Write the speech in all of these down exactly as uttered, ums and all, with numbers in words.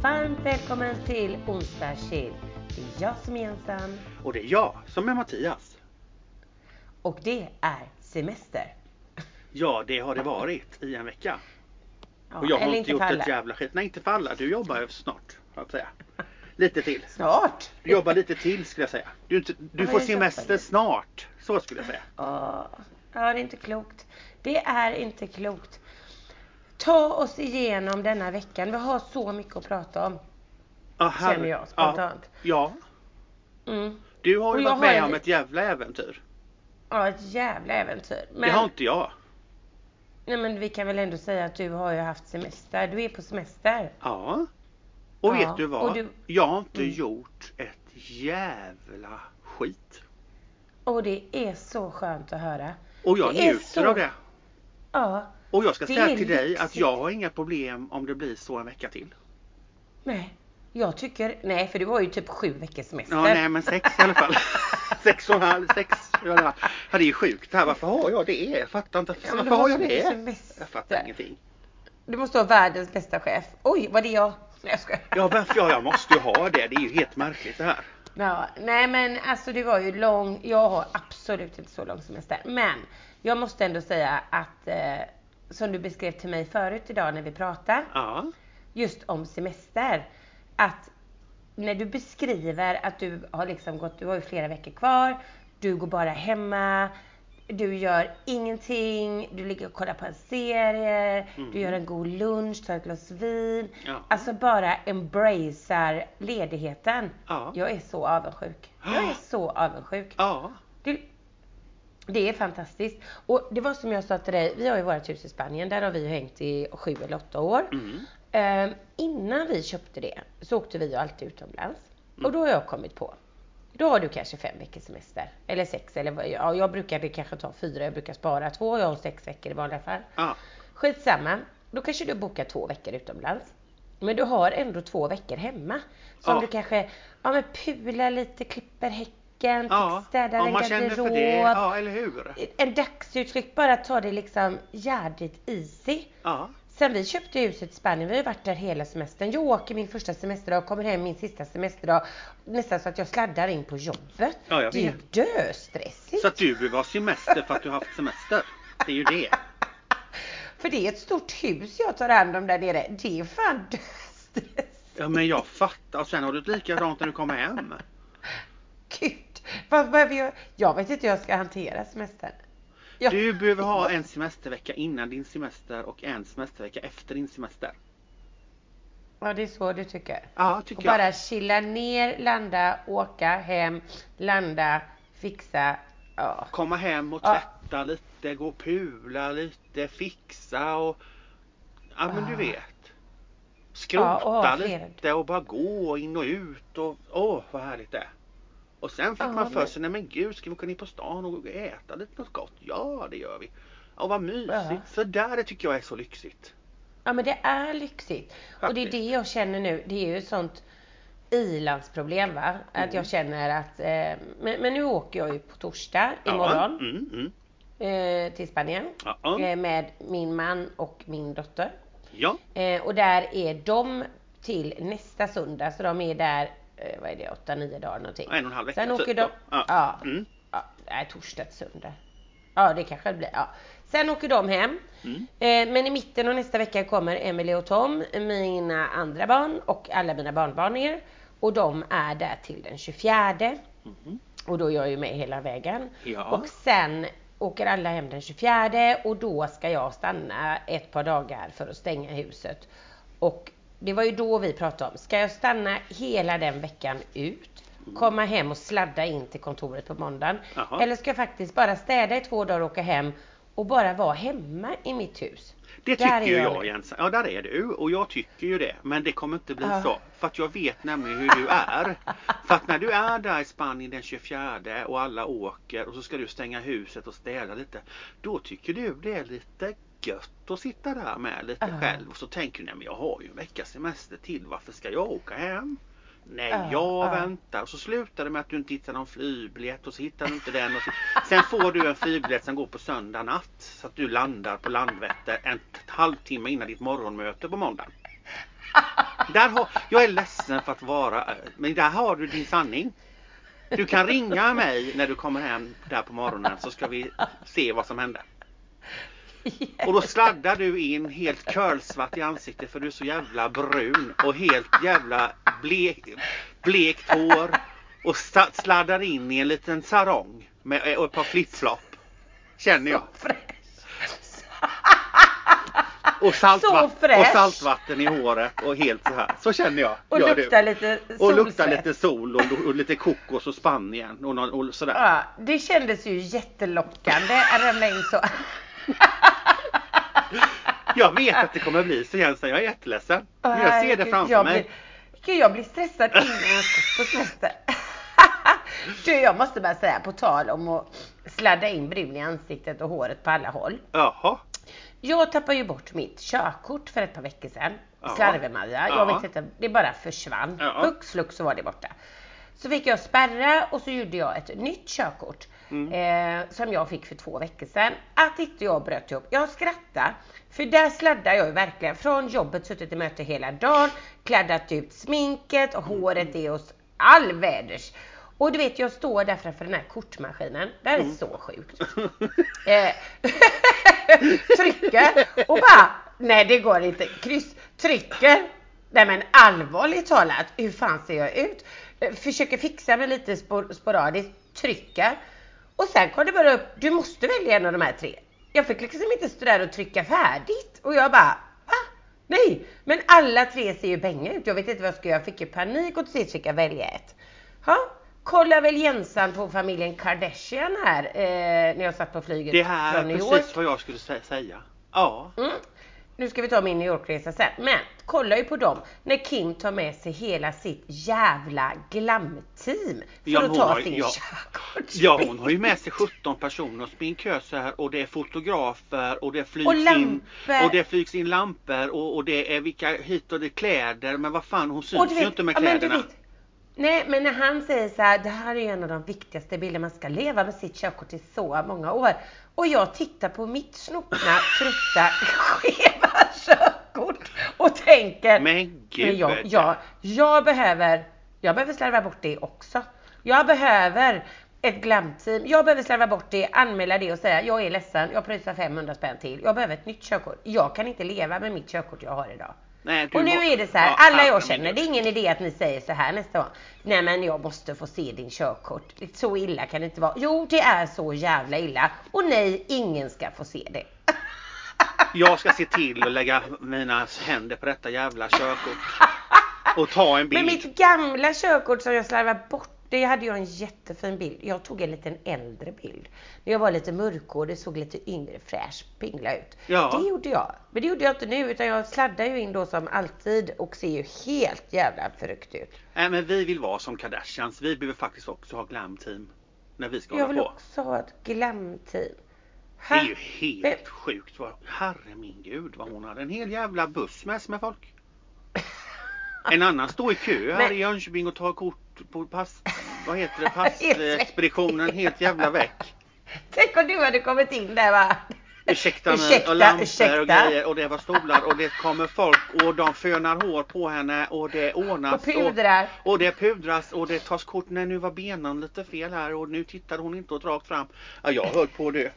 Varmt välkommen till Onsdag Chill. Det är jag som är ensam. Och det är jag som är Mattias. Och det är semester. Ja, det har det varit i en vecka. Ja, och jag har eller inte inte gjort falla. ett jävla skit. Nej, inte falla. Du jobbar ju snart, så att säga. Lite till. Snart? Du jobbar lite till, skulle jag säga. Du, inte, du Ja, får jag semester jobbar. snart. Så skulle jag säga. Ja, det är inte klokt. Det är inte klokt. Ta oss igenom denna veckan. Vi har så mycket att prata om. Ja, herre- Känner jag spontant. Ja. ja. Mm. Du har ju Och jag varit har med en- om ett jävla äventyr. Ja, ett jävla äventyr. Men, Det har inte jag. nej, men vi kan väl ändå säga att du har ju haft semester. Du är på semester. Ja. Och Ja, vet du vad? och du- Jag har inte Mm. gjort ett jävla skit. Och det är så skönt att höra. Och jag Det är njuter så- av det. Ja. Och jag ska Det säga är till dig att lyxigt. jag har inga problem om det blir så en vecka till. Nej, jag tycker... Nej, för du har ju typ sju veckors semester. Ja, nej, men sex i alla fall. sex och en halv, sex. Ja, det är sjukt det här. Varför har jag det? Jag fattar inte. Ja, men Varför du har har jag så mycket det? semester. Jag fattar ingenting. Du måste ha världens bästa chef. Oj, vad det är jag? Nej, jag skojar. Ja, varför? Ja, jag måste ju ha det. Det är ju helt märkligt det här. Ja, nej men alltså du var ju lång. Jag har absolut inte så lång semester. Men jag måste ändå säga att... Eh, som du beskrev till mig förut idag när vi pratade. Ja. Just om semester. Att när du beskriver att du har liksom gått, du har ju flera veckor kvar, du går bara hemma, du gör ingenting, du ligger och kollar på en serie, Mm. du gör en god lunch, tar ett glas vin. Ja. Alltså bara embracear ledigheten. Ja. Jag är så avundsjuk. Jag är så avundsjuk. Ja. Det, det är fantastiskt. Och det var som jag sa till dig, vi har ju varit hus i Spanien, där har vi ju hängt i sju eller åtta år. Mm. Eh, innan vi köpte det så åkte vi ju alltid utomlands. Mm. Och då har jag kommit på. Då har du kanske fem veckors semester. Eller sex. Eller, vad- ja, jag brukar det kanske ta fyra. Jag brukar spara två. Jag har sex veckor i vanliga fall. Ja. Skitsamma. Då kanske du bokar två veckor utomlands. Men du har ändå två veckor hemma. Som Ja. du kanske ja, men pular lite, klipper häcken, Ja. städar Om en man känner garderob. för det. Ja, eller hur? En dagsutflykt. Bara ta det liksom jävligt easy. Ja. Sen vi köpte huset i Spanien, vi har varit där hela semestern. Jag åker min första semesterdag, kommer hem min sista semesterdag. Nästan så att jag sladdar in på jobbet. Ja, jag det är ju vet. döstressigt. Så att du behöver ha semester för att du har haft semester. Det är ju det. För det är ett stort hus jag tar hand om där nere. Det är fan döstressigt. Ja, men jag fattar. Och sen har du ett likadant när du kommer hem. Gud, vad behöver jag? Jag vet inte hur jag ska hantera semestern. Jag... Du behöver ha en semestervecka innan din semester och en semestervecka efter din semester. Ja, det är så du tycker. Ja, Och tycker jag. bara chilla ner, landa, åka hem, landa, fixa. Ja. Komma hem och Ja. tvätta lite, gå och pula lite, fixa och... Ja, men du Ah. vet. Skrota Ja, och ha flera- lite och bara gå in och ut och... Åh, vad härligt det är. Och sen fick Ja, man för men- sig, nej men gud, ska vi åka ner på stan och äta lite något gott? Ja, det gör vi. Och vad mysigt. Ja. Så där det tycker jag är så lyxigt. Ja, men det är lyxigt. Och det är Faktiskt. det jag känner nu. Det är ju ett sånt ilandsproblem, va? Att Mm. jag känner att... Eh, men, men nu åker jag ju på torsdag Ja. imorgon Mm, mm. eh, till Spanien. Ja. Eh, med min man och min dotter. Ja. Eh, och där är de till nästa söndag. Så de är där, eh, vad är det, åtta, nio dagar någonting. En och en halv vecka. Sen åker typ de... då. Ja. Ja. Mm. Ja, nej, torsdag till söndag. Ja, det kanske det blir. Ja. Sen åker de hem. Mm. Eh, men i mitten av nästa vecka kommer Emily och Tom, mina andra barn och alla mina barnbarn ner. Och de är där till den tjugofjärde. Mhm. Och då är jag ju med hela vägen. Ja. Och sen åker alla hem den tjugofjärde. Och då ska jag stanna ett par dagar för att stänga huset. Och det var ju då vi pratade om. Ska jag stanna hela den veckan ut? Komma hem och sladda in till kontoret på måndagen? Jaha. Eller ska jag faktiskt bara städa i två dagar och åka hem? Och bara vara hemma i mitt hus? Det Där tycker är ju jag jag nu. Jens. Ja, där är du. Och jag tycker ju det. Men det kommer inte bli Ja. så. För att jag vet nämligen hur du är. För att när du är där i Spanien den tjugofjärde och alla åker och så ska du stänga huset och städa lite. Då tycker du det är lite gött att sitta där med lite Ja. själv. Och så tänker du, nej men jag har ju en veckas semester till. Varför ska jag åka hem? Nej, Ja, jag ja. väntar. Och så slutar det med att du inte hittar någon flygbiljett och så hittar du inte den. Och så... Sen får du en flygbiljett som går på söndag natt. Så att du landar på Landvetter en halvtimme innan ditt morgonmöte på måndagen. Där har, jag är ledsen för att vara, men där har du din sanning. Du kan ringa mig när du kommer hem där på morgonen så ska vi se vad som händer. Yes. Och då sladdar du in helt curlsvart i ansiktet för du är så jävla brun och helt jävla blek, blekt hår och sladdar in i en liten sarong med ett par flip-flop. Känner jag. Och, saltvatten, och saltvatten i håret och helt så här. Så känner jag. Och luktar lite solsvett. Och luktar lite sol och, och lite kokos och Spanien och, och sådär. Ja, det kändes ju jättelockande att ramla in så. Jag vet att det kommer bli så Jensen. Jag är jätteledsen. Men jag ser det framför jag mig. Blir, jag blir stressad innan jag ska på semester. Du, jag måste bara säga på tal om att sladda in brun i ansiktet och håret på alla håll. Jaha. Jag tappade ju bort mitt körkort för ett par veckor sedan. Ja. Slarvemaja. Ja. Jag vet inte, det bara försvann. Ja. Hux flux så var det borta. Så fick jag spärra och så gjorde jag ett nytt körkort. Mm. Eh, som jag fick för två veckor sedan. Att inte jag bröt ihop. Jag skrattade. För där sladdade jag ju verkligen. Från jobbet, suttit i möte hela dagen. Kladdat ut sminket och håret är hos all väders. Och du vet, jag står där framför den här kortmaskinen. Det här är mm. så sjukt. eh, trycker och bara, nej det går inte. Kryss, trycker. Nej men allvarligt talat, hur fan ser jag ut? Försöker fixa mig lite spor- sporadiskt. Trycker. Och sen kom det bara upp, du måste välja en av de här tre. Jag fick liksom inte stå där och trycka färdigt. Och jag bara, va? Nej. Men alla tre ser ju bänga ut. Jag vet inte vad jag ska göra. Jag fick ju panik och till sist fick jag välja ett. Ha? Kolla väl Jensan på familjen Kardashian här. Eh, när jag satt på flyget det här från New York. Det här är precis vad jag skulle säga. Ja. Mm. Nu ska vi ta min New York-resa sen. Men kolla ju på dem. När Kim tar med sig hela sitt jävla glam-team. För ja, att ta har, sin ja, körkort. Ja, hon har ju med sig sjutton personer och sminköser. Och det är fotografer. Och det flygs, och in, och det flygs in lampor. Och, och det är vilka hit och det kläder. Men vad fan, hon syns ju inte med kläderna. Ja, nej, men när han säger så här, det här är ju en av de viktigaste bilder man ska leva med sitt körkort i så många år. Och jag tittar på mitt snopna, trötta, skeva körkort och tänker, men gud, men jag, jag, jag behöver, jag behöver slarva bort det också. Jag behöver ett glamteam. Jag behöver slarva bort det, anmäla det och säga, jag är ledsen, jag pröjsar femhundra spänn till. Jag behöver ett nytt körkort. Jag kan inte leva med mitt körkort jag har idag. Nej, och nu är det så här, ja, alla jag känner, det är ingen idé att ni säger så här nästa gång. Nej men jag måste få se din körkort. Så illa kan det inte vara. Jo, det är så jävla illa. Och nej, ingen ska få se det. Jag ska se till att lägga mina händer på detta jävla körkort. Och ta en bild. Men mitt gamla körkort som jag slarvar bort, det hade jag en jättefin bild. Jag tog en liten äldre bild. När jag var lite mörk och det såg lite yngre, fräsch, pingla ut. Ja. Det gjorde jag. Men det gjorde jag inte nu, utan jag sladdar ju in då som alltid och ser ju helt jävla förryckt ut. Nej, men vi vill vara som Kardashians. Vi behöver faktiskt också ha glam-team när vi ska jag hålla på. Jag vill också ha ett glam-team. Det är ju helt men... sjukt. Herre min gud, vad hon hade en hel jävla buss med med folk. En annan står i kö här men... i Jönköping och tar kort på pass, vad heter det, passexpeditionen helt jävla väck. Tänk om du hade kommit in där, va? Ursäkta mig, och lampor ursäkta. Och grejer, och det var stolar och det kommer folk och de fönar hår på henne och det ordnas. Och pudrar. Och, och det pudras och det tas kort. Nej, nu var benen lite fel här och nu tittade hon inte åt rakt fram. Ja, jag höll på det.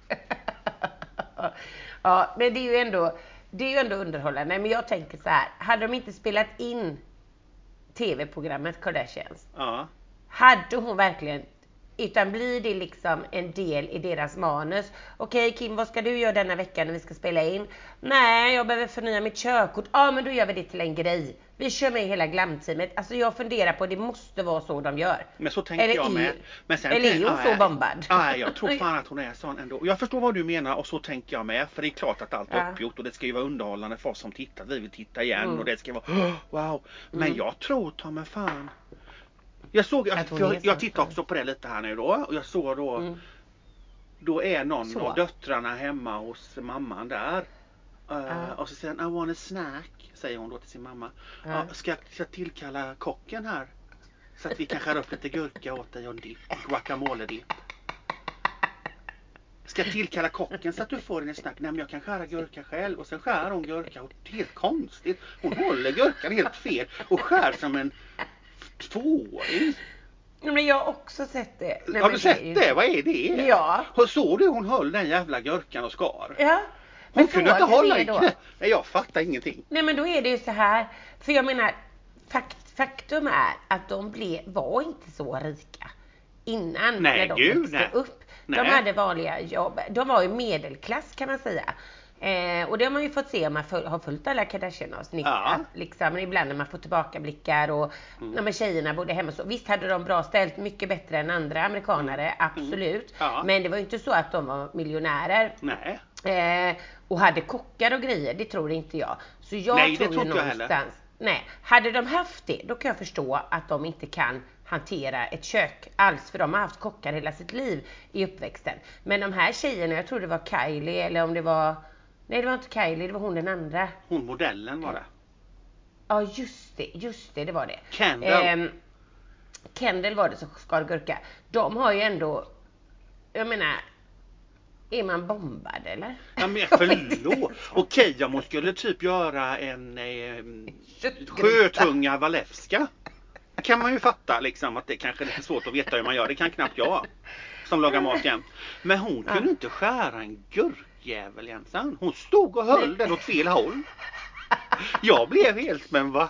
Ja, men det är ju ändå, det är ju ändå underhållande. Men jag tänker så här, hade de inte spelat in tv-programmet Kardashians, ja. Hade hon verkligen, utan blir det liksom en del i deras manus. Okej Kim, vad ska du göra denna vecka när vi ska spela in? Nej, jag behöver förnya mitt körkort. Ja, men då gör vi det till en grej. Vi kör med hela glamteamet. Alltså jag funderar på, det måste vara så de gör. Men så tänker eller jag med. Men sen, eller är hon så bombad? Nej, jag tror fan att hon är sån ändå. Jag förstår vad du menar och så tänker jag med. För det är klart att allt är ja. uppgjort och det ska ju vara underhållande för oss som tittar. Vi vill titta igen mm. och det ska vara oh, wow. Men mm. jag tror, ta mig fan. Jag såg, jag, jag, jag tittar också på det lite här nu då. Och jag såg då, mm. då är någon så. av döttrarna hemma hos mamman där. Uh, uh. Och så säger hon, I want a snack, säger hon då till sin mamma. Uh. Uh, ska jag ska tillkalla kocken här? Så att vi kan skära upp lite gurka åt dig och en dipp, guacamole-dipp. Ska tillkalla kocken så att du får en snack. Nej, men jag kan skära gurka själv. Och sen skär hon gurka. Och det är helt konstigt. Hon håller gurkan helt fel. Och skär som en tvååring. Men jag har också sett det. Nej, har men du sett det? Ju... det? Vad är det? Ja. Och såg du hon höll den jävla gurkan och skar? Ja. Hon kunde inte hålla i då. knä. Nej, jag fattar ingenting. Nej, men då är det ju så här. För jag menar, fakt, faktum är att de blev, var inte så rika innan. Nej, när de gud, växte nej. upp. De Nej. hade vanliga jobb. De var ju medelklass kan man säga. Eh, och det har man ju fått se om man föl- har följt alla Kardashian-avsnitt. Ja. Liksom, ibland när man får tillbakablickar och mm. när man tjejerna bodde hemma. Så, visst hade de bra ställt, mycket bättre än andra amerikanare, mm. absolut. Ja. Men det var ju inte så att de var miljonärer. Nej. Eh, och hade kockar och grejer, det tror inte jag. Så jag Nej, tror det tror ju inte jag någonstans. heller. Nej, hade de haft det, då kan jag förstå att de inte kan hantera ett kök alls, för de har haft kockar hela sitt liv i uppväxten. Men de här tjejerna, jag tror det var Kylie eller om det var, nej det var inte Kylie, det var hon den andra. Hon modellen var det. Ja just det, just det, det var det. Kendall. Eh, Kendall var det som skar gurka. De har ju ändå, jag menar, är man bombad eller? Ja, men förlåt. Okej, om hon skulle typ göra en eh, sjötunga Walewska. Kan man ju fatta liksom att det kanske är lite svårt att veta hur man gör. Det kan knappt jag som lagar mat igen. Men hon kunde ja. inte skära en gurkjävel ensam. Hon stod och höll den åt fel håll. Jag blev helt, men va?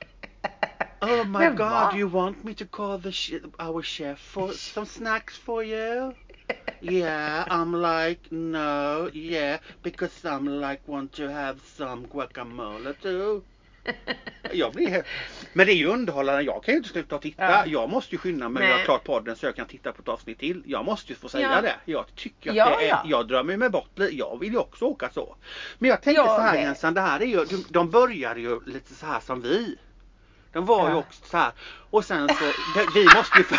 Oh my men god, va? you want me to call the sh- our chef for some snacks for you? Yeah, I'm like, no, yeah, because I'm like want to have some guacamole too. Jag blir, men det är ju underhållande. Jag kan ju inte sluta att titta. Ja. Jag måste ju skynda mig och göra klart podden så jag kan titta på ett avsnitt till. Jag måste ju få säga ja. det. Jag tycker att ja, det är, ja. jag drömmer mig bort. Jag vill ju också åka så. Men jag tänker ja, så här Jensen, det här är ju, de, de börjar ju lite så här som vi. De var ja. ju också så här. Och sen så, det, vi måste ju för...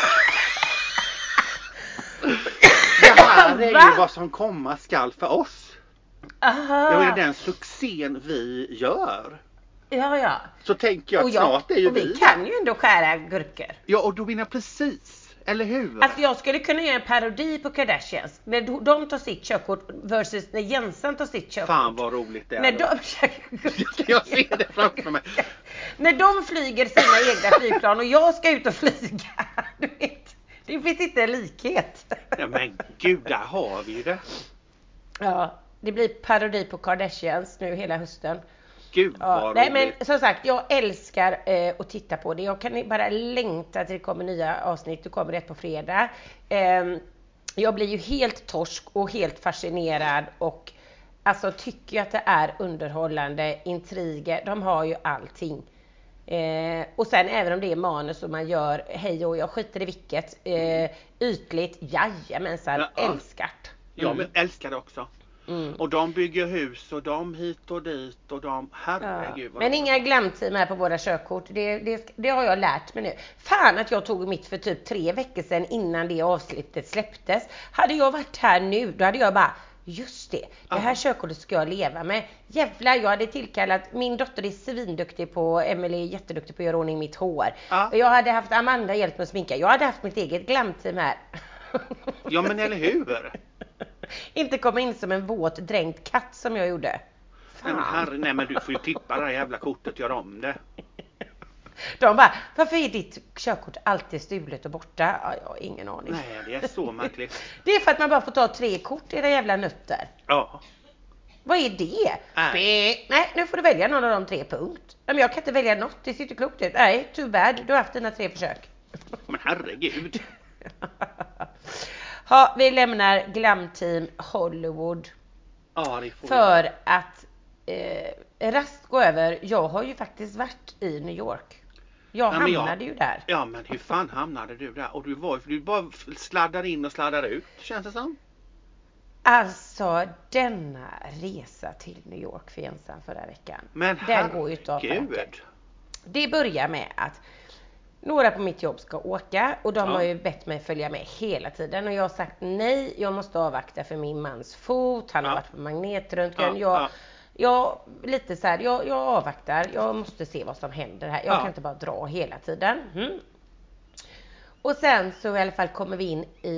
Det här är ju vad som komma skall för oss. Aha. Jag menar den succén vi gör. Ja, ja. Så tänker jag att jag, snart är ju och vi. vi. kan ju ändå skära gurkor. Ja, och då vinner precis. Eller hur? Alltså jag skulle kunna göra en parodi på Kardashians. När de tar sitt körkort versus när Jensen tar sitt körkort. Fan vad roligt det är. När de... jag ser det framför mig. När de flyger sina egna flygplan och jag ska ut och flyga. Du vet, det finns inte en likhet. Ja, men gud, där har vi ju det. Ja, det blir parodi på Kardashians nu hela hösten. Gud vad ja, roligt. Nej, men som sagt, jag älskar eh, att titta på det. Jag kan bara längta till det kommer nya avsnitt. Det kommer rätt på fredag. Eh, jag blir ju helt torsk och helt fascinerad och alltså tycker att det är underhållande, intriger. De har ju allting. Eh, och sen även om det är manus och man gör hej och jag skiter i vilket. Eh, ytligt, jajamensan, ja, älskat. Mm. Jag älskar det också. Mm. Och de bygger hus och de hit och dit och de, herregud. Ja. Men inga glamteam här på våra körkort. Det, det, det har jag lärt mig nu. Fan att jag tog mitt för typ tre veckor sedan innan det avsnittet släpptes. Hade jag varit här nu, då hade jag bara, just det, det här körkortet ska jag leva med. Jävlar, jag hade tillkallat, min dotter är svinduktig på, Emily är jätteduktig på att göra ordning mitt hår. Ja. Och jag hade haft Amanda hjälp med att sminka. Jag hade haft mitt eget glamteam här. Ja, men eller hur? Inte komma in som en våt dränkt katt som jag gjorde. Nej men, herre, nej men du får ju klippa det här jävla kortet och göra om det. De bara, varför är ditt körkort alltid stulet och borta? Ja, jag har ingen aning. Nej, det är så märkligt. Det är för att man bara får ta tre kort i era jävla nötter. Ja. Vad är det? Nej. Nej, nu får du välja någon av de tre punkt. Men jag kan inte välja något, det sitter klokt ut. Nej, too bad, du har haft dina tre försök. Men herregud. Ja, vi lämnar Glamteam Hollywood. Ja, det får för vi. att eh, rast gå över. Jag har ju faktiskt varit i New York. Jag ja, hamnade jag, ju där. Ja, men hur fan hamnade du där? Och du var du bara sladdar in och sladdar ut, känns det som? Alltså, denna resa till New York för ensam förra veckan. Men den går ju utav Gud. Det börjar med att några på mitt jobb ska åka och de ja. har ju bett mig följa med hela tiden och jag har sagt nej, jag måste avvakta för min mans fot, han har ja. varit på magnetröntgen. Ja. Jag, jag lite så här, jag, jag avvaktar, jag måste se vad som händer här. Jag ja. kan inte bara dra hela tiden. Mm. Och sen så i alla fall kommer vi in i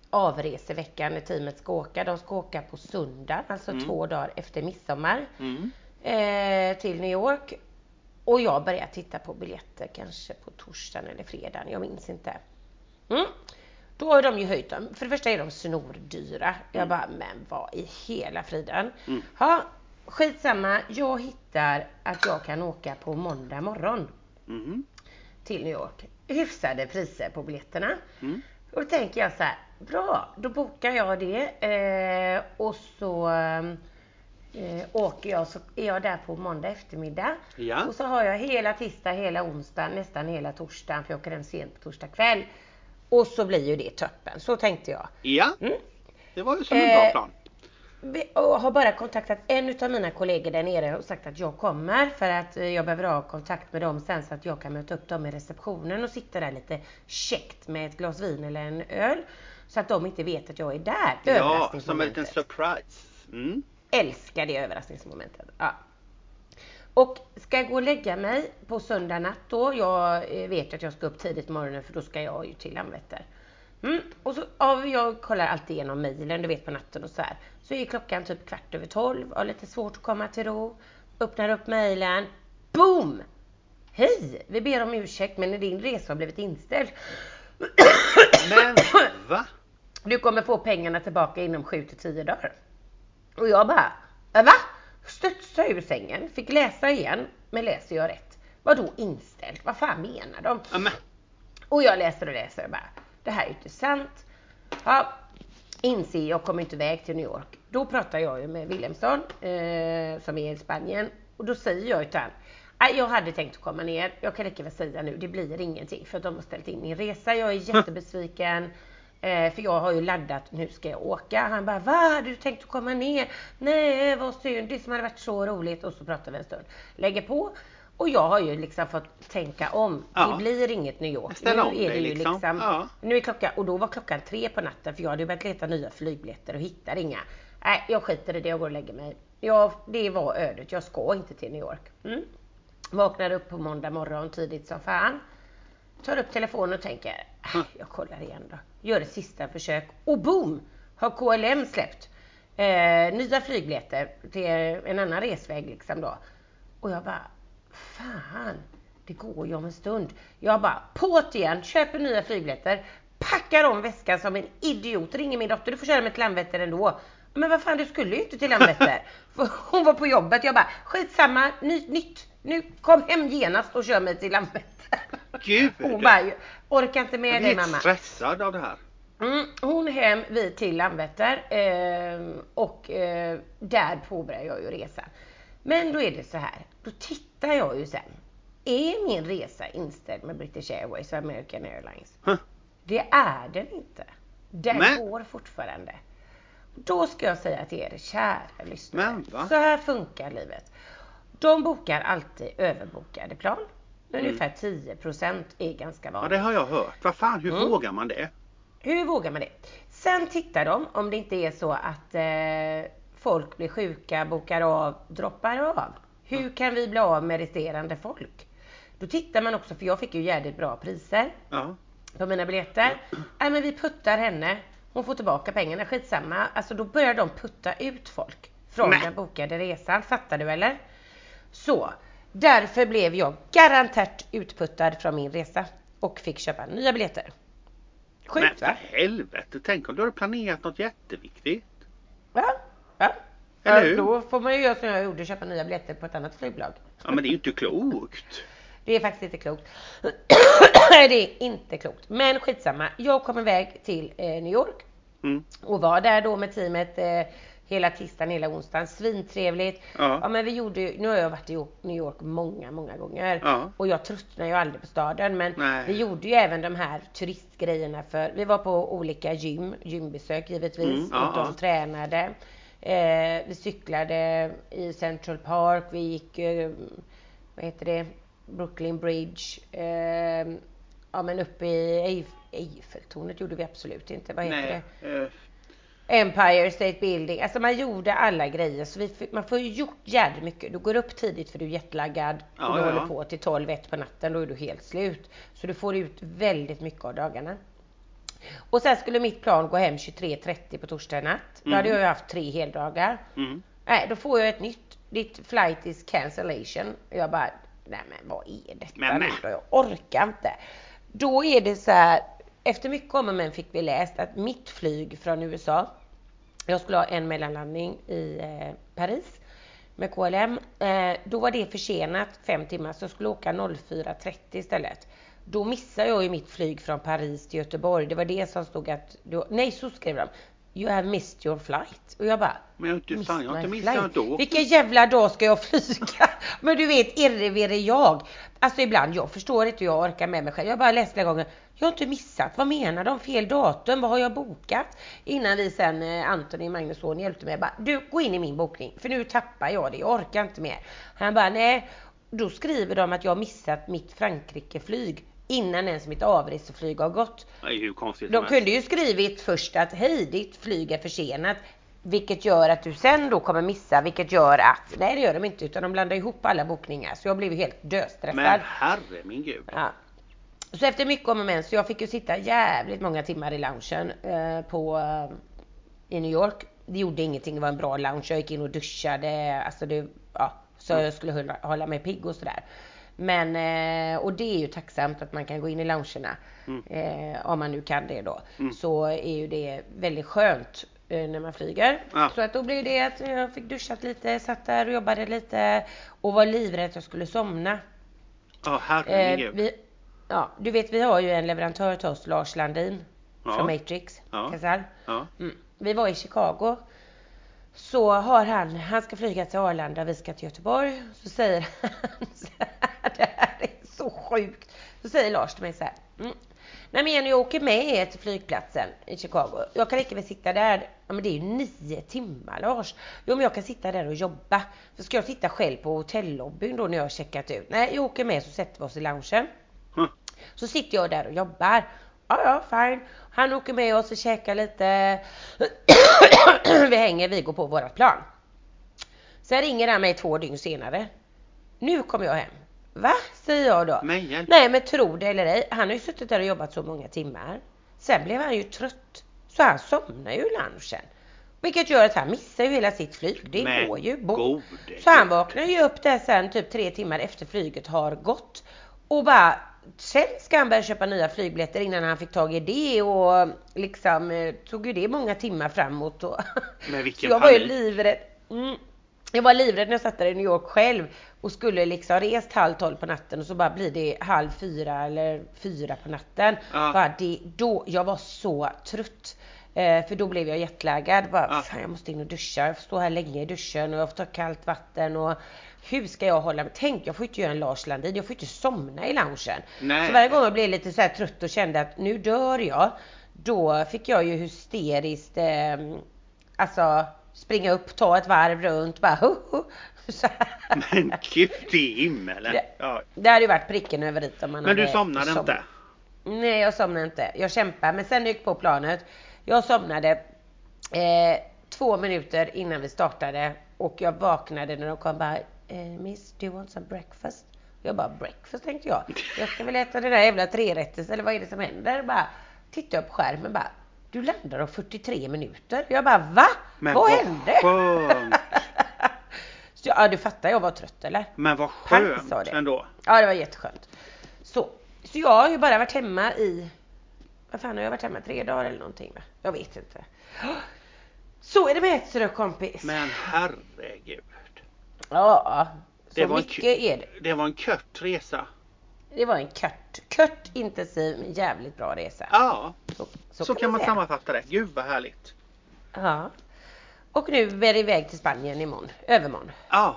avreseveckan när teamet ska åka. De ska åka på söndag, alltså mm. två dagar efter midsommar mm. eh, till New York. Och jag börjar titta på biljetter kanske på torsdagen eller fredagen, jag minns inte. Mm. Då har de ju höjt dem. För det första är de snordyra. Jag mm. bara, men vad i hela friden? Mm. Ja, skitsamma. Jag hittar att jag kan åka på måndag morgon mm. till New York. Hyfsade priser på biljetterna. Mm. Och då tänker jag så här, bra, då bokar jag det. Eh, och så eh, åker jag, så är jag där på måndag eftermiddag. Ja. Och så har jag hela tisdag, hela onsdag, nästan hela torsdagen. För jag åker den sent på torsdag kväll. Och så blir ju det toppen. Så tänkte jag. Ja, mm. det var ju som en bra plan. Jag har bara kontaktat en av mina kollegor där nere och sagt att jag kommer. För att jag behöver ha kontakt med dem sen så att jag kan möta upp dem i receptionen. Och sitta där lite käckt med ett glas vin eller en öl. Så att de inte vet att jag är där. Ja, som en liten surprise. Mm. Älskar det överraskningsmomentet. Ja. Och ska jag gå och lägga mig på söndag natt då. Jag vet att jag ska upp tidigt på morgonen för då ska jag ju till Landvetter. Mm. Och så, ja, jag kollar alltid igenom mejlen, du vet, på natten och så här. Så är klockan typ kvart över tolv. Har lite svårt att komma till ro. Öppnar upp mejlen. Boom! Hej! Vi ber om ursäkt men din resa har blivit inställd. Men va? Du kommer få pengarna tillbaka inom sju till tio dagar. Och jag bara, va? Stötsade ur sängen. Fick läsa igen. Men läser jag rätt? Vadå inställt? Vad fan menar de? Amen. Och jag läser och läser och bara, det här är inte sant. Ja, inser jag kommer inte iväg till New York. Då pratar jag ju med Wilhelmsson eh, som är i Spanien. Och då säger jag utan, jag hade tänkt att komma ner. Jag kan lika väl säga nu, det blir ingenting. För att de har ställt in min resa. Jag är jättebesviken. Eh, för jag har ju laddat, nu ska jag åka. Han bara, vad hade du tänkt att komma ner? Nej, vad synd, det som hade varit så roligt. Och så pratar vi en stund. Lägger på. Och jag har ju liksom fått tänka om. Ja. Det blir inget New York. Ställa om nu är det ju liksom. liksom Ja. Nu är klockan, och då var klockan tre på natten. För jag hade börjat leta nya flygbiljetter och hittar inga. Nej, jag skiter i det, jag går och lägger mig. Ja, det var ödet, jag ska inte till New York. Mm. Vaknar upp på måndag morgon tidigt som fan. Tar upp telefonen och tänker, äh, jag kollar igen då. Gör ett sista försök. Och boom! Har K L M släppt eh, nya flygbiljetter till en annan resväg liksom då. Och jag bara, fan, det går ju om en stund. Jag bara, påt igen, köper nya flygbiljetter. Packar om väskan som en idiot. Ringer min dotter, du får köra mig till Landvetter ändå. Men vad fan, du skulle ju inte till Landvetter. För hon var på jobbet. Jag bara, skitsamma, ny, nytt. Nu kom hem genast och kör mig till Landvetter. Gud. Hon bara, orkar inte med dig mamma. Jag är stressad av det här. Mm, hon hem, vi till Landvetter. Eh, och eh, där påbörjar jag ju resan. Men då är det så här. Då tittar jag ju sen. Är min resa inställd med British Airways och American Airlines? Huh? Det är den inte. Den Men... går fortfarande. Då ska jag säga till er, kära lyssnare. Så här funkar livet. De bokar alltid överbokade plan. Mm. Ungefär tio procent är ganska vanligt. Ja, det har jag hört. Vad fan, hur mm. vågar man det? Hur vågar man det? Sen tittar de om det inte är så att eh, folk blir sjuka, bokar av, droppar av. Hur mm. kan vi bli av med resterande folk? Då tittar man också, för jag fick ju jävligt bra priser ja. på mina biljetter. Mm. Nej, men vi puttar henne. Hon får tillbaka pengarna, skitsamma. Alltså då börjar de putta ut folk från Nej. den bokade resan. Fattar du eller? Så, därför blev jag garanterat utputtad från min resa. Och fick köpa nya biljetter. Sjukt, Men för helvete, tänk om du har planerat något jätteviktigt. Ja, ja. Eller hur? Då får man ju göra som jag gjorde, köpa nya biljetter på ett annat flygbolag. Ja, men det är ju inte klokt. Det är faktiskt inte klokt. Det är inte klokt. Men skitsamma. Jag kom iväg till eh, New York. Mm. Och var där då med teamet eh, hela tisdagen, hela onsdagen. Svintrevligt. Ja. Ja, men vi gjorde, nu har jag varit i New York många, många gånger. Ja. Och jag tröttnar ju aldrig på staden. Men Nej. vi gjorde ju även de här turistgrejerna. För vi var på olika gym. Gymbesök givetvis. Mm. Ja, och de ja. tränade. Eh, vi cyklade i Central Park. Vi gick, eh, vad heter det? Brooklyn Bridge. Eh, ja, men uppe i Eiffeltornet gjorde vi absolut inte. Vad heter Nej, det? Uh... Empire State Building. Alltså man gjorde alla grejer. Så vi, man får ju gjort jävligt mycket. Du går upp tidigt för du är jättelaggad. Ja, och du ja. håller på till tolv ett på natten. Då är du helt slut. Så du får ut väldigt mycket av dagarna. Och sen skulle mitt plan gå hem tjugotre trettio på torsdag natt. Då Mm. hade jag ju haft tre heldagar. Mm. Nej, då får jag ett nytt. Ditt flight is cancellation. Och jag bara, nej men vad är detta Men, nu men. då? Jag orkar inte. Då är det så här, efter mycket om och men fick vi läst att mitt flyg från U S A, jag skulle ha en mellanlandning i eh, Paris med K L M. Eh, då var det försenat fem timmar, så jag skulle åka fyra trettio istället. Då missade jag ju mitt flyg från Paris till Göteborg. Det var det som stod att, då, nej så skrev de, you have missed your flight. Och jag bara, Men jag har inte, fan, jag har inte my missat, jag har flight. inte åkt. Vilken jävla dag ska jag flyga? Men du vet, irre jag. Alltså ibland, jag förstår inte hur jag orkar med mig själv. Jag har bara läst flera gånger, jag har inte missat. Vad menar de? Fel datum? Vad har jag bokat? Innan vi sen, eh, Anthony Magnusson hjälpte mig. Jag bara, du, gå in i min bokning. För nu tappar jag det. Jag orkar inte mer. Han bara, nej. Då skriver de att jag har missat mitt Frankrike-flyg. Innan ens mitt avreseflyg har gått. Nej, hur konstigt De som kunde helst. ju skrivit först att hej, ditt flyg är försenat. Vilket gör att du sen då kommer missa. Vilket gör att, nej det gör de inte. Utan de blandar ihop alla bokningar. Så jag blev ju helt döstressad. Men herre min gud. Ja. Så efter mycket om och men, så jag fick ju sitta jävligt många timmar i loungen eh, på, eh, i New York. Det gjorde ingenting, det var en bra lounge. Jag gick in och duschade, alltså det, ja, så jag skulle hålla, hålla mig pigg och sådär. Men, eh, och det är ju tacksamt att man kan gå in i loungerna. Mm. Eh, om man nu kan det då. Mm. Så är ju det väldigt skönt eh, när man flyger. Ja. Så att då blev det att jag fick duschat lite, satt där och jobbade lite. Och var livrädd att jag skulle somna. Ja, herre Eh, min gud. vi, ja, du vet, vi har ju en leverantör till oss, Lars Landin, Ja. från Matrix, Ja. Casal. Ja. Mm. Vi var i Chicago. Så har han, han ska flyga till Arlanda, vi ska till Göteborg. Så säger han så här, det här är så sjukt. Så säger Lars till mig så här, mm. Nej men Jenny, jag åker med er till flygplatsen i Chicago. Jag kan inte väl sitta där. Ja men det är ju nio timmar, Lars. Jo men jag kan sitta där och jobba. För ska jag sitta själv på hotellobbyn då när jag har checkat ut? Nej, jag åker med, så sätter vi oss i loungen. Huh. Så sitter jag där och jobbar. Ja ja, fine. Han åker med oss och käkar lite. Vi hänger, vi går på vårat plan. Sen ringer han mig två dygn senare. Nu kommer jag hem. Va? Säger jag då. Men hjälp. Nej men tro det eller ej. Han har ju suttit där och jobbat så många timmar. Sen blev han ju trött. Så han somnar ju i lunchen. Vilket gör att han missar ju hela sitt flyg. Det Men går ju bort. gode Så han Gud. vaknar ju upp där sen typ tre timmar efter flyget har gått. Och bara, sen ska han börja köpa nya flygbiljetter innan han fick tag i det. Och liksom eh, tog ju det många timmar framåt. Och Men så vilken jag var ju panik. livrädd. Mm. Jag var livrädd när jag satt där i New York själv. Och skulle liksom rest halv tolv på natten. Och så bara blir det halv fyra eller fyra på natten. Ja. Bara det, då, jag var så trött. Eh, för då blev jag jetlaggad. Bara, Ja. fan, jag måste in och duscha. Jag får stå här länge i duschen. Och jag får ta kallt vatten. Och hur ska jag hålla mig? Tänk, jag får inte göra en Lars Landin. Jag får inte somna i loungen. Nej. Så varje gång jag blev lite så här trött och kände att nu dör jag. Då fick jag ju hysteriskt eh, alltså springa upp, ta ett varv runt. Bara, hu, hu, så här. Men gud i himmelen. Det, Ja. det hade ju varit pricken över dit om man Men du hade somnade som- inte? Nej, jag somnade inte. Jag kämpade. Men sen gick på planet. Jag somnade eh, två minuter innan vi startade. Och jag vaknade när de kom bara, eh, Miss, do you want some breakfast? Jag bara, breakfast tänkte jag. Jag ska väl äta den där jävla trerätters eller vad är det som händer? Bara tittade jag på skärmen bara, du landar om fyrtiotre minuter. Jag bara, va? Men vad vad hände? skönt. Så, ja, du fattar, jag var trött eller? Men vad Tack, skönt sa det. ändå. Ja, det var jätteskönt. Så, så jag har ju bara varit hemma i, vad fan har jag varit hemma? Tre dagar eller någonting va? Jag vet inte. Så är det med ett så kompis. Men herregud. Ja, så Det var en mycket ku- är det. Det var en kört resa. Det var en kört, kört intensiv, men jävligt bra resa. Ja, Så, så, kan man säga. sammanfatta det. Gud vad härligt. Ja. Och nu är vi iväg till Spanien imorgon, övermorgon. Ja,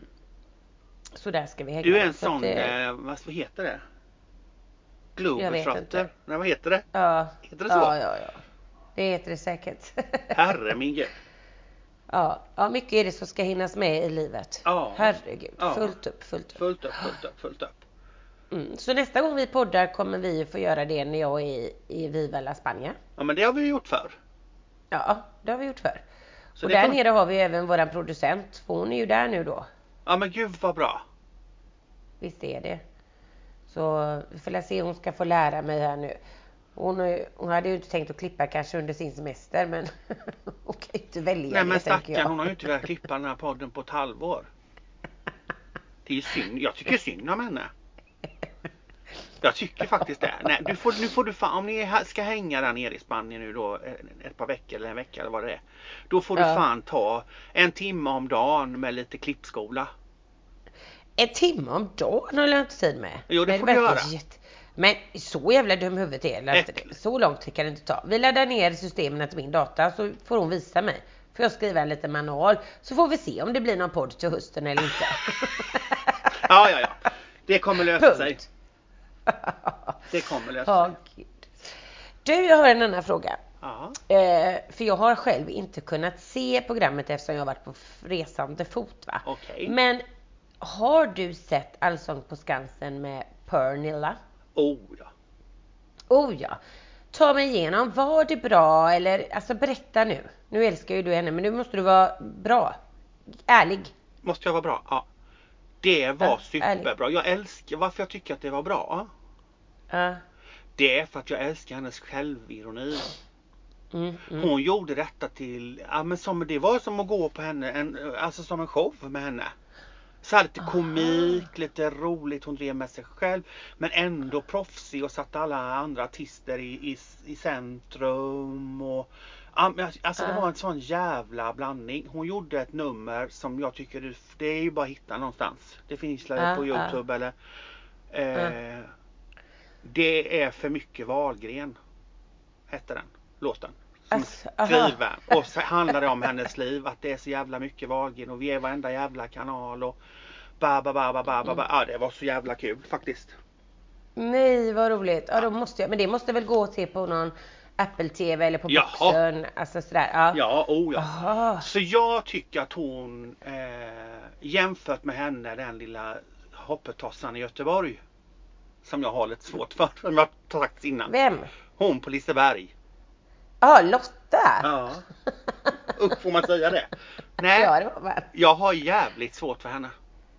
Så där ska vi hänga. du är en Så att, sån, eh, eh, vad vad heter det? Jag vet Globetrotter? inte. Nej, vad heter det? Ja, Heter det så? ja, ja, ja. Det heter det säkert. Herre min gud. Ja, ja, mycket är det som ska hinnas med i livet. Ja. Herregud, Ja. fullt upp, fullt upp. Fullt upp, fullt upp, fullt upp. Mm. Så nästa gång vi poddar kommer vi ju få göra det när jag är i, i Viva La Spania. Ja, men det har vi gjort förr. Ja, det har vi gjort förr. Så Och det där får- nere har vi även våran producent. För hon är ju där nu då. Ja, men gud vad bra. Visst är det. Så vi får se, hon ska få lära mig här nu. Hon, är- hon hade ju inte tänkt att klippa kanske under sin semester, men hon kan ju inte välja Nej det, men tänker stackarn, jag. hon har ju inte velat klippa den här podden på ett halvår. Det är synd. Jag tycker synd om henne. Jag tycker faktiskt det. Nej, du får, nu får du fan, om ni ha- ska hänga där nere i Spanien nu då ett par veckor eller en vecka eller vad det är. Då får du Ja. fan ta en timme om dagen med lite klippskola. En timme om dagen har jag inte tid med. Jo, det Men får du verkar göra. jätte- Men så jävla dum i huvudet är jag inte Ett- det. Så långt kan det inte ta. Vi laddar ner systemen till min data, så får hon visa mig. Får jag skriva en liten manual, så får vi se om det blir någon podd till hösten eller inte. Ja, ja, ja. Det kommer lösa sig. Punkt. Det kommer lösa Ja, sig. gud. Du, jag har en annan fråga. Ja. Eh, för jag har själv inte kunnat se programmet eftersom jag har varit på resande fot, va? Okej. Men har du sett Allsång på Skansen med Pernilla? Oh ja. Oh ja. Ta mig igenom, var det bra eller, alltså berätta nu. Nu älskar ju du henne, men nu måste du vara bra. Ärlig. Måste jag vara bra? Ja. Det var Ja, superbra. Jag älskar, varför jag tycker att det var bra. Ja. Det är för att jag älskar hennes självironi. Mm, mm. Hon gjorde detta till, ja men som, det var som att gå på henne, en, alltså som en show med henne. Så här lite komik, lite roligt, hon drev med sig själv. Men ändå proffsig och satte alla andra artister i, i, i centrum. Och, ja, men alltså det var en sån jävla blandning. Hon gjorde ett nummer som jag tycker, det, det är ju bara att hitta någonstans. Det finns Ja, på YouTube ja. eller... Eh, Det är för mycket Wahlgren, hette den låten. Som Alltså, aha. skriven. Och så handlar det om hennes liv. Att det är så jävla mycket Wahlgren. Och vi är varenda jävla kanal. Och ba ba ba ba ba ba ba. Ja, det var så jävla kul faktiskt. Nej, vad roligt. Ja, då måste jag, men det måste väl gå till på någon Apple T V eller på Jaha. Boxen. Alltså sådär. Ja. Ja, oh ja. Aha. Så jag tycker att hon eh, jämfört med henne, den lilla hoppetossan i Göteborg. Som jag har lite svårt för. Som jag har sagt innan. Vem? Hon på Liseberg. Ja, Lotta. Ja. Upp, får man säga det? Nej, Ja, det var väl. jag har jävligt svårt för henne.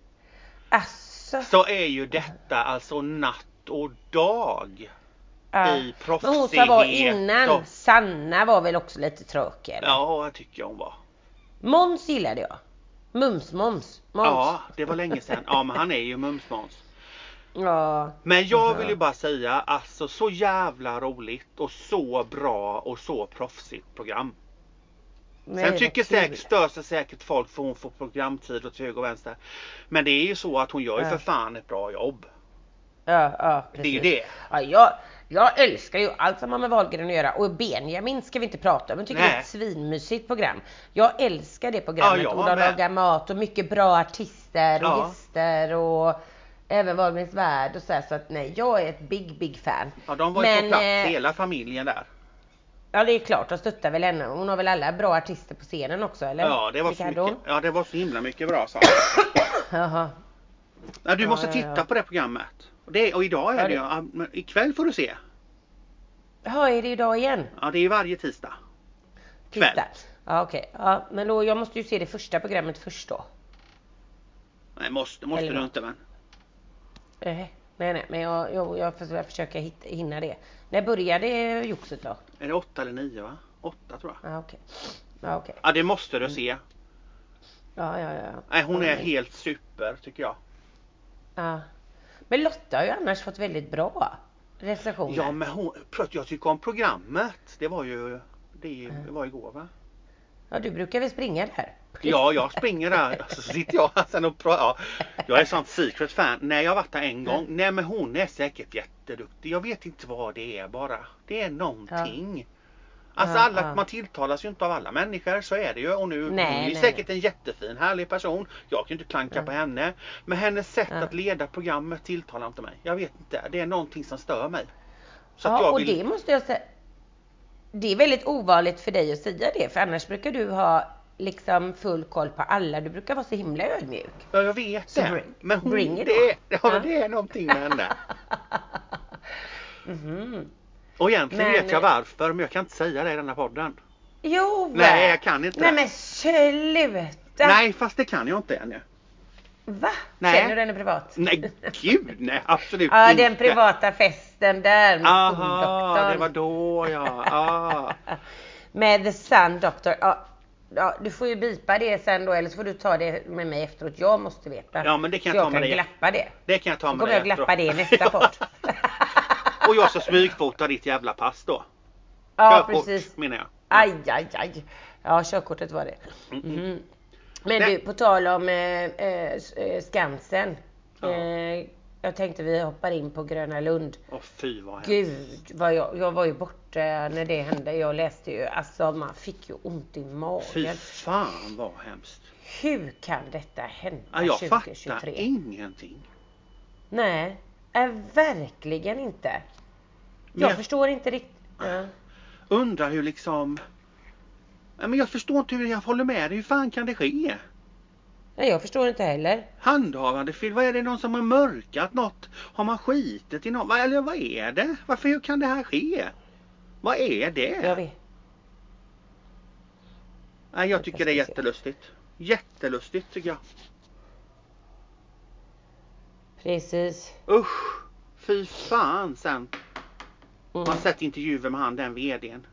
Alltså. Så är ju detta alltså natt och dag Ja. i Men hon som var proffsighet. innan, och- Sanna var väl också lite tråkig, eller? Ja, jag tycker hon var. Måns gillade jag. Mums-Måns. Måns. Ja, det var länge sedan. Ja, men han är ju Mums-Måns. Ja. Men jag Aha. vill ju bara säga, alltså så jävla roligt och så bra och så proffsigt program. Nej, Sen vad tycker kul. säkert, stör sig säkert folk för hon får programtid åt höger och vänster. Men det är ju så att hon gör ju Ja. för fan ett bra jobb. Ja, ja, Det är ju precis. det. Ja, jag, jag älskar ju allt som har med Wahlgren att göra. Och Benjamin ska vi inte prata om. Jag tycker Nej. det är ett svinmysigt program. Jag älskar det programmet. Ja, jag och de med. lagar mat och mycket bra artister och Ja. gäster och även Wahlgrens värld och så här. Så att nej, jag är ett big, big fan. Ja, de var ju Men, på plats, eh, hela familjen där. Ja, det är klart. De stöttar väl henne. Hon har väl alla bra artister på scenen också, eller? Ja, det var Vilka så hade mycket, hon? ja, det var så himla mycket bra så. Jaha. Ja, du Ja, måste ja, titta ja. på det programmet. Och, det, och idag är Ja, det det- ju, ja, men ikväll får du se. Jaha, är det idag igen? Ja, det är ju varje tisdag. Kväll. Tisdag. Ja, okej. Ja, men då, jag måste ju se det första programmet först då. Nej, måste, måste Eller du vad? inte men. Eh, nej, nej, men jag, jag, jag får försöka hitta, hinna det. När började joxet då? Är det åtta eller nio va? Åtta tror jag. Ja, okej. Ja, okej. Ja, det måste du se. Ja, ja, ja. Nej, hon ja, är men- helt super tycker jag. Ja. Men Lotta har ju annars fått väldigt bra recensioner. Ja, men hon, jag tycker om programmet. Det var ju, det var igår va? Ja, du brukar väl springa där? Ja, jag springer där. Så sitter jag sen och pratar. Ja, jag är sånt secret fan. Nej, jag har varit där en gång. Nej, men hon är säkert jätteduktig. Jag vet inte vad det är bara. Det är någonting. Alltså Ja, alla, ja. man tilltalas ju inte av alla människor, så är det ju. Och nu, Nej, hon är nej, säkert en jättefin, härlig person. Jag kan ju inte klanka Ja. på henne. Men hennes sätt Ja. att leda programmet tilltalar inte mig. Jag vet inte. Det är någonting som stör mig. Så att Ja, jag och vill... det måste jag säga. Det är väldigt ovanligt för dig att säga det. För annars brukar du ha liksom full koll på alla. Du brukar vara så himla ödmjuk. Ja, jag vet Så det. bring- men hon, bring it det, är, on. ja, Ja. det är någonting med henne. Mhm. Och egentligen Men- vet jag varför, men jag kan inte säga det i den här podden. Jo, Nej, jag kan inte Nej, det. men sluta. Nej, fast det kan jag inte ännu. Va? Nej. Känner du henne privat? Nej, gud nej, absolut Ja, inte. den privata festen där med Aha, skondoktorn. det var då ja. Ah. Med The Sun Doctor. Ja, ja, du får ju bipa det sen då, eller så får du ta det med mig efteråt. Jag måste veta. Ja, men det kan så jag jag ta med kan dig. glappa det. Det kan jag ta så med kommer dig. jag glappa efteråt. det i nästa podd. Och jag ska smygfota ditt jävla pass då. Ja, Körkort, precis. menar jag. Aj, aj, aj. Ja, körkortet var det. Mm. Men Nej. du, på tal om eh, eh, Skansen. Ja. Eh, jag tänkte vi hoppar in på Gröna Lund. Åh fy vad hemskt. Gud, vad jag, jag var ju borta när det hände. Jag läste ju, alltså man fick ju ont i Fy magen. fan vad hemskt. Hur kan detta hända Ja, jag tjugohundratjugotre? fattar ingenting. Nej, är verkligen inte. Jag jag- förstår inte riktigt. Ja. Undrar hur liksom... Ja, men jag förstår inte hur jag håller med dig. Hur fan kan det ske? Nej, jag förstår inte heller. Handhavande fel. Vad är det, någon som har mörkat något? Har man skitit i något? Vad- Eller vad är det? Varför kan det här ske? Vad är det? Jag vet. Nej, jag tycker det är speciellt. jättelustigt. Jättelustigt tycker jag. Precis. Usch, fy fan sen. Mm. Man har sett intervjuer med han, den vdn.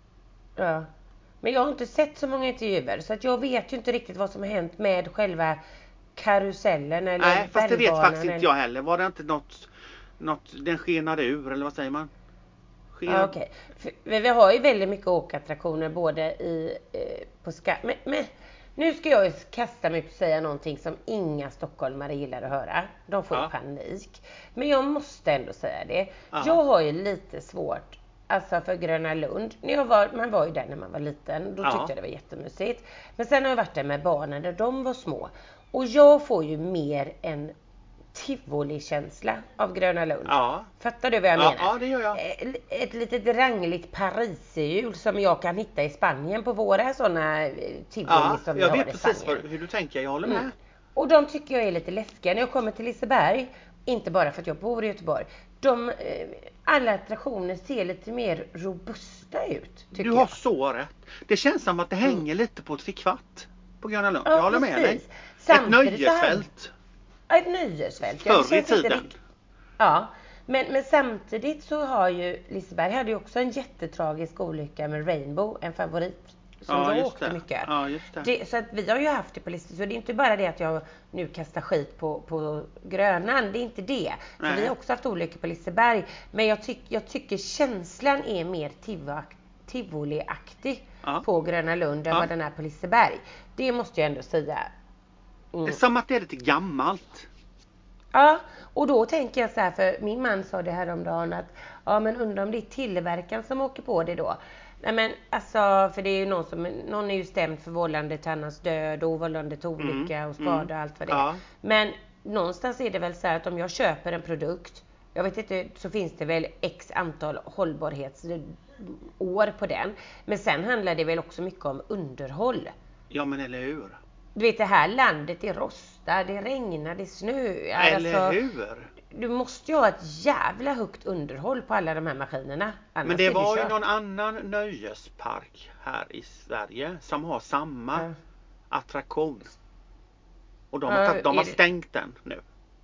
Ja. Men jag har inte sett så många intervjuer, så att jag vet ju inte riktigt vad som har hänt med själva karusellen eller Nej, fast det vet bergbanan faktiskt inte eller... jag heller. Var det inte något, något den skenade ur, eller vad säger man? Sken... Ja, okej. För vi har ju väldigt mycket åkattraktioner både i, eh, på ska... Men, men nu ska jag ju kasta mig på att säga någonting som inga stockholmare gillar att höra. De får ju Ja. panik. Men jag måste ändå säga det. Ja. Jag har ju lite svårt, alltså för Gröna Lund. När jag var, man var ju där när man var liten. Då Ja. tyckte jag det var jättemysigt. Men sen har jag varit där med barnen där de var små. Och jag får ju mer en tivoli-känsla av Gröna Lund. Ja. Fattar du vad jag Ja, menar? ja, det gör jag. Eh, Ett litet rangligt pariserhjul som jag kan hitta i Spanien på våra sådana eh, tivoli Ja, som vi jag har vet i precis Spanien. vad, hur du tänker. Jag håller med. Mm. Och de tycker jag är lite läskiga. När jag kommer till Liseberg, inte bara för att jag bor i Göteborg, de, eh, alla attraktioner ser lite mer robusta ut, tycker Du har jag. så rätt. Det känns som att det hänger lite på ett fickvatt på Gröna Lund. Ja, jag håller med dig. precis. Ett Samtidigt så här- nöjesfält. Ja, ett nöjesfält. Ja, det Förr i känns inte tiden. rikt- Ja, men, men samtidigt så har ju Liseberg hade ju också en jättetragisk olycka med Rainbow, en favorit som Ja, jag just åkte det. mycket. Ja, just det. Det, så att vi har ju haft det på Liseberg, så det är inte bara det att jag nu kastar skit på, på Grönan, det är inte det. För Nej. vi har också haft olyckor på Liseberg, men jag, tyck, jag tycker känslan är mer tivak- tivoliaktig Ja. på Gröna Lund än Ja. vad den är på Liseberg. Det måste jag ändå säga. Det är som att det är lite gammalt. Ja, och då tänker jag så här, för min man sa det här om dagen att ja, men undrar om det är tillverkaren som åker på det då. Nej men alltså, för det är ju någon som, någon är ju stämd för vållande till annans död och vållande till olycka och skada mm, och allt vad det är. ja. Men någonstans är det väl så här att om jag köper en produkt, jag vet inte, så finns det väl x antal hållbarhetsår på den. Men sen handlar det väl också mycket om underhåll. Ja, men eller hur? Du vet, det här landet, det rostar, det regnar, det snöar. Eller alltså, hur? Du måste ju ha ett jävla högt underhåll på alla de här maskinerna. Annars Men det är var ju kört. någon annan nöjespark här i Sverige som har samma Ja. attraktion. Och de Ja, har, tagit- de är har det- stängt den nu.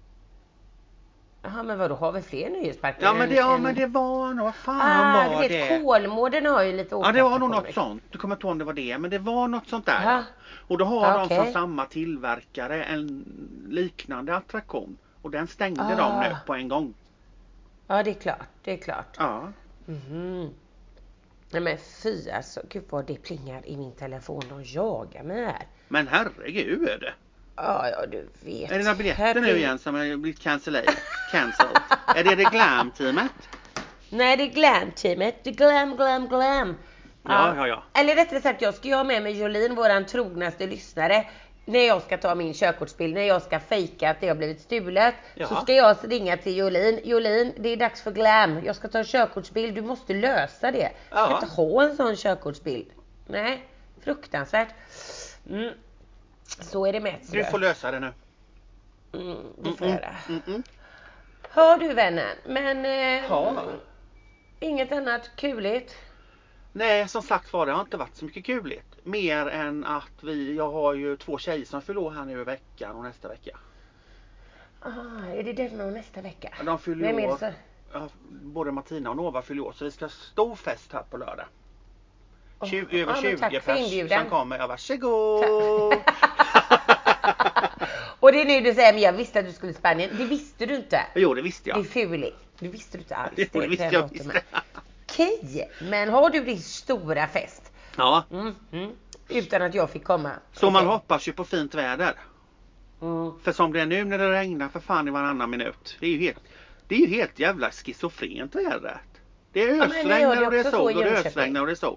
Jaha, men vadå, har vi fler nöjesparker? Ja, men det, ja, än- men det var nog, vad fan Ah, var du det? vet, Kolmården har ju lite Ja, det var nog åkattraktioner. något sånt. Du kommer inte ihåg om det var det, men det var något sånt där. Aha. Ja. Och då har Ja, de okej. från samma tillverkare en liknande attraktion. Och den stängde Ah. de nu på en gång. Ja, det är klart, det är klart. Ja. Mhm. Nej men fy alltså, gud vad det plingar i min telefon och jagar mig här. Men herregud. Ja, ja, du vet. Är det några biljetter Här nu pling- igen som har blivit cancelled? Cancelled? Är det det glam-teamet? Nej, det är glam-teamet. Det är glam, glam, glam. Ja, ja, ja. Eller rättare sagt, jag ska ju ha med mig Jolin, våran trognaste lyssnare. När jag ska ta min körkortsbild, när jag ska fejka att det har blivit stulet. Ja. Så ska jag ringa till Jolin. Jolin, det är dags för glam. Jag ska ta en körkortsbild, du måste lösa det. Jag Ja. ska inte ha en sån körkortsbild. Nej, fruktansvärt. Mm. Så är det med. Du får lösa det nu. Mm, det får jag göra. Mm, mm. Hör du vännen, men eh, Ja. inget annat kuligt. Nej, som sagt var, det har inte varit så mycket kuligt. Mer än att vi, jag har ju två tjejer som fyller år här nu i veckan och nästa vecka. Ah, är det denna och nästa vecka? Ja, de fyller Vem är det år. så? Ja, både Martina och Nova fyller år. Så vi ska ha stor fest här på lördag. Oh, tjugo, över ja, men tjugo tack för pers inbjudan. som kommer. Ja, varsågod. Och det är nu du säger, men jag visste att du skulle till Spanien. Det visste du inte. Jo, det visste Det är jag. fuligt. Det visste du inte alls. Jo, det visste den jag låter visst. med. Okej, men har du din stora fest? Ja, Mm, mm. Utan att jag fick komma. så man Okej. hoppas ju på fint väder. Mm. För som det är nu när det regnar för fan i varannan minut. Det är ju helt, det är ju helt jävla schizofrent vädret. Det är Ja, men vi har ösregn det och det är också så sol i och det är Jönköping. ösregn och det är sol.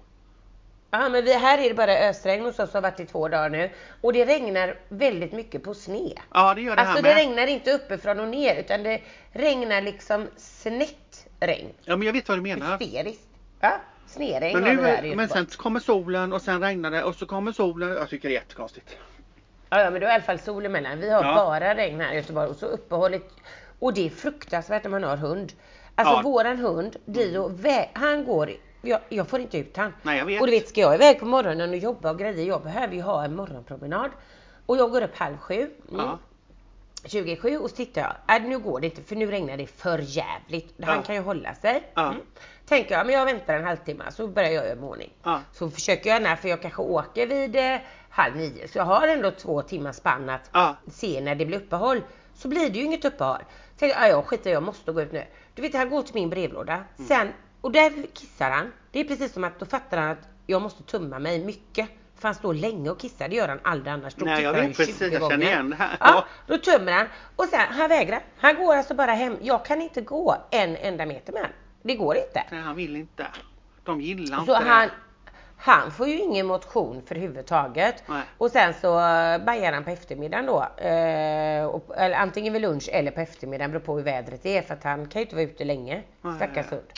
Ja, men vi, här är det bara ösregn hos oss, har varit i två dagar nu. Och det regnar väldigt mycket på sned. Ja, det gör det Alltså här det med. regnar inte uppifrån och ner, utan det regnar liksom snett regn. Ja, men jag vet vad du menar. Hysteriskt. Ja, snedregn Men, har vi nu, här i men Göteborg. sen kommer solen och sen regnar det och så kommer solen. Jag tycker det är jättekonstigt. Ja, ja, men då är i alla fall sol emellan. Vi har Ja. bara regn här i Göteborg och så uppehålligt. Och det är fruktansvärt när man har hund. Alltså Ja. våran hund, Dio, vä- han går, jag, jag får inte ut han. Nej, jag vet. Och du vet, ska jag iväg på morgonen och jobba och grejer, jag behöver ju ha en morgonpromenad. Och jag går upp halv sju. Mm. Ja. tjugo sju och så tittar jag, äh, nu går det inte för nu regnar det för jävligt. Han Ja. kan ju hålla sig. Ja. Mm. Tänker jag, men jag väntar en halvtimme så börjar jag göra ordning. Ja. Så försöker jag när, för jag kanske åker vid eh, halv nio. Så jag har ändå två timmar spann att Ja. se när det blir uppehåll. Så blir det ju inget uppehåll. Så tänker jag, jag skiter, jag måste gå ut nu. Du vet, han går till min brevlåda. Mm. Sen, och där kissar han. Det är precis som att då fattar han att jag måste tumma mig mycket. För han står länge och kissar, det gör han aldrig annars. Då Nej, jag kissar han vet ju precis, tjugo jag känner gånger. igen det här. Ja, då tömmer han. Och sen, han vägrar. Han går alltså bara hem. Jag kan inte gå en enda meter med han. Det går inte. Nej, han vill inte. De gillar Så inte han, det. han får ju ingen motion för huvudtaget. Nej. Och sen så eh, bajar han på eftermiddagen då. Eh, och, eller antingen vid lunch eller på eftermiddagen, beror på hur vädret är. För att han kan ju inte vara ute länge. Nej. Stackars hund.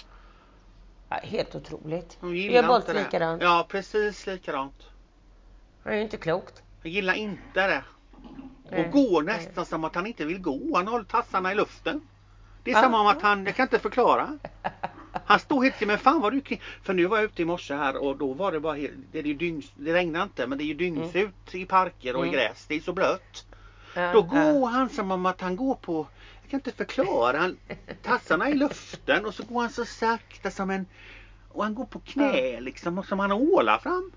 Ja, helt otroligt. De Gör gillar Bolt inte det. likadant. Ja, precis likadant. Det är ju inte klokt. Jag gillar inte det. Nej, Och går nej. nästan som att han inte vill gå. Han håller tassarna i luften. Det är Ja. samma om att han, jag kan inte förklara. Han stod helt, men fan vad du kring. För nu var jag ute i morse här och då var det bara helt, det är ju dygns, det regnar inte men det är ju dygnsut i parker och Mm. i gräs. Det är så blött. Ja, Då går ja. han som om att han går på, jag kan inte förklara, han, tassarna i luften och så går han så sakta som en, och han går på knä liksom och som han ålar fram.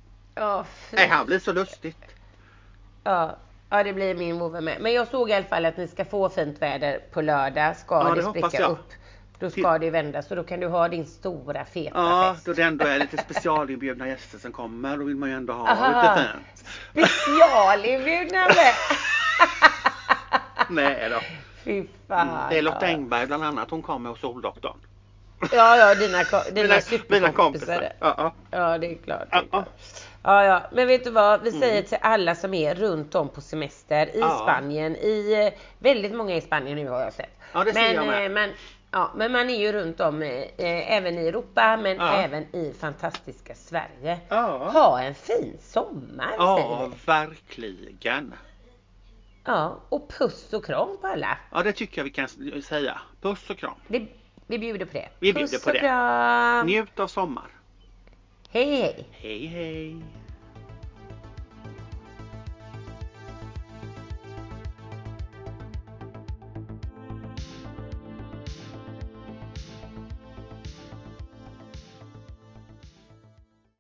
Ja, fy. Nej, han blir så lustigt. Ja, ja, det blir min vovve med. Men jag såg i alla fall att ni ska få fint väder på lördag. Ska Ja, det det hoppas spricka jag. upp. Då ska det vända. Så då kan du ha din stora feta Ja, fest. då det ändå är lite specialinbjudna gäster som kommer, då vill man ju ändå ha Aha. lite fint. Specialinbjudna med. Nej då. Fy fan. Mm, det är Lotta ja. Engberg bland annat, hon kommer och Soldoktorn. Ja, ja, dina, ko- dina Mina, mina superkompisar. kompisar. Ja, ja. Ja, det är klart. Det är Ja, klart. Ja, ja. Men vet du vad? Vi säger Mm. till alla som är runt om på semester i Ja. Spanien. I, eh, väldigt många i Spanien nu har jag sett. Ja, det ser men, jag med. eh, men, ja, men man är ju runt om eh, även i Europa, men Ja. även i fantastiska Sverige. Ja. Ha en fin sommar, säger Ja, vi. verkligen. Ja, och puss och kram på alla. Ja, det tycker jag vi kan säga. Puss och kram. Vi, vi bjuder på det. Vi bjuder puss på och det. kram. Njut av sommar. Hej, hej. Hej, hej.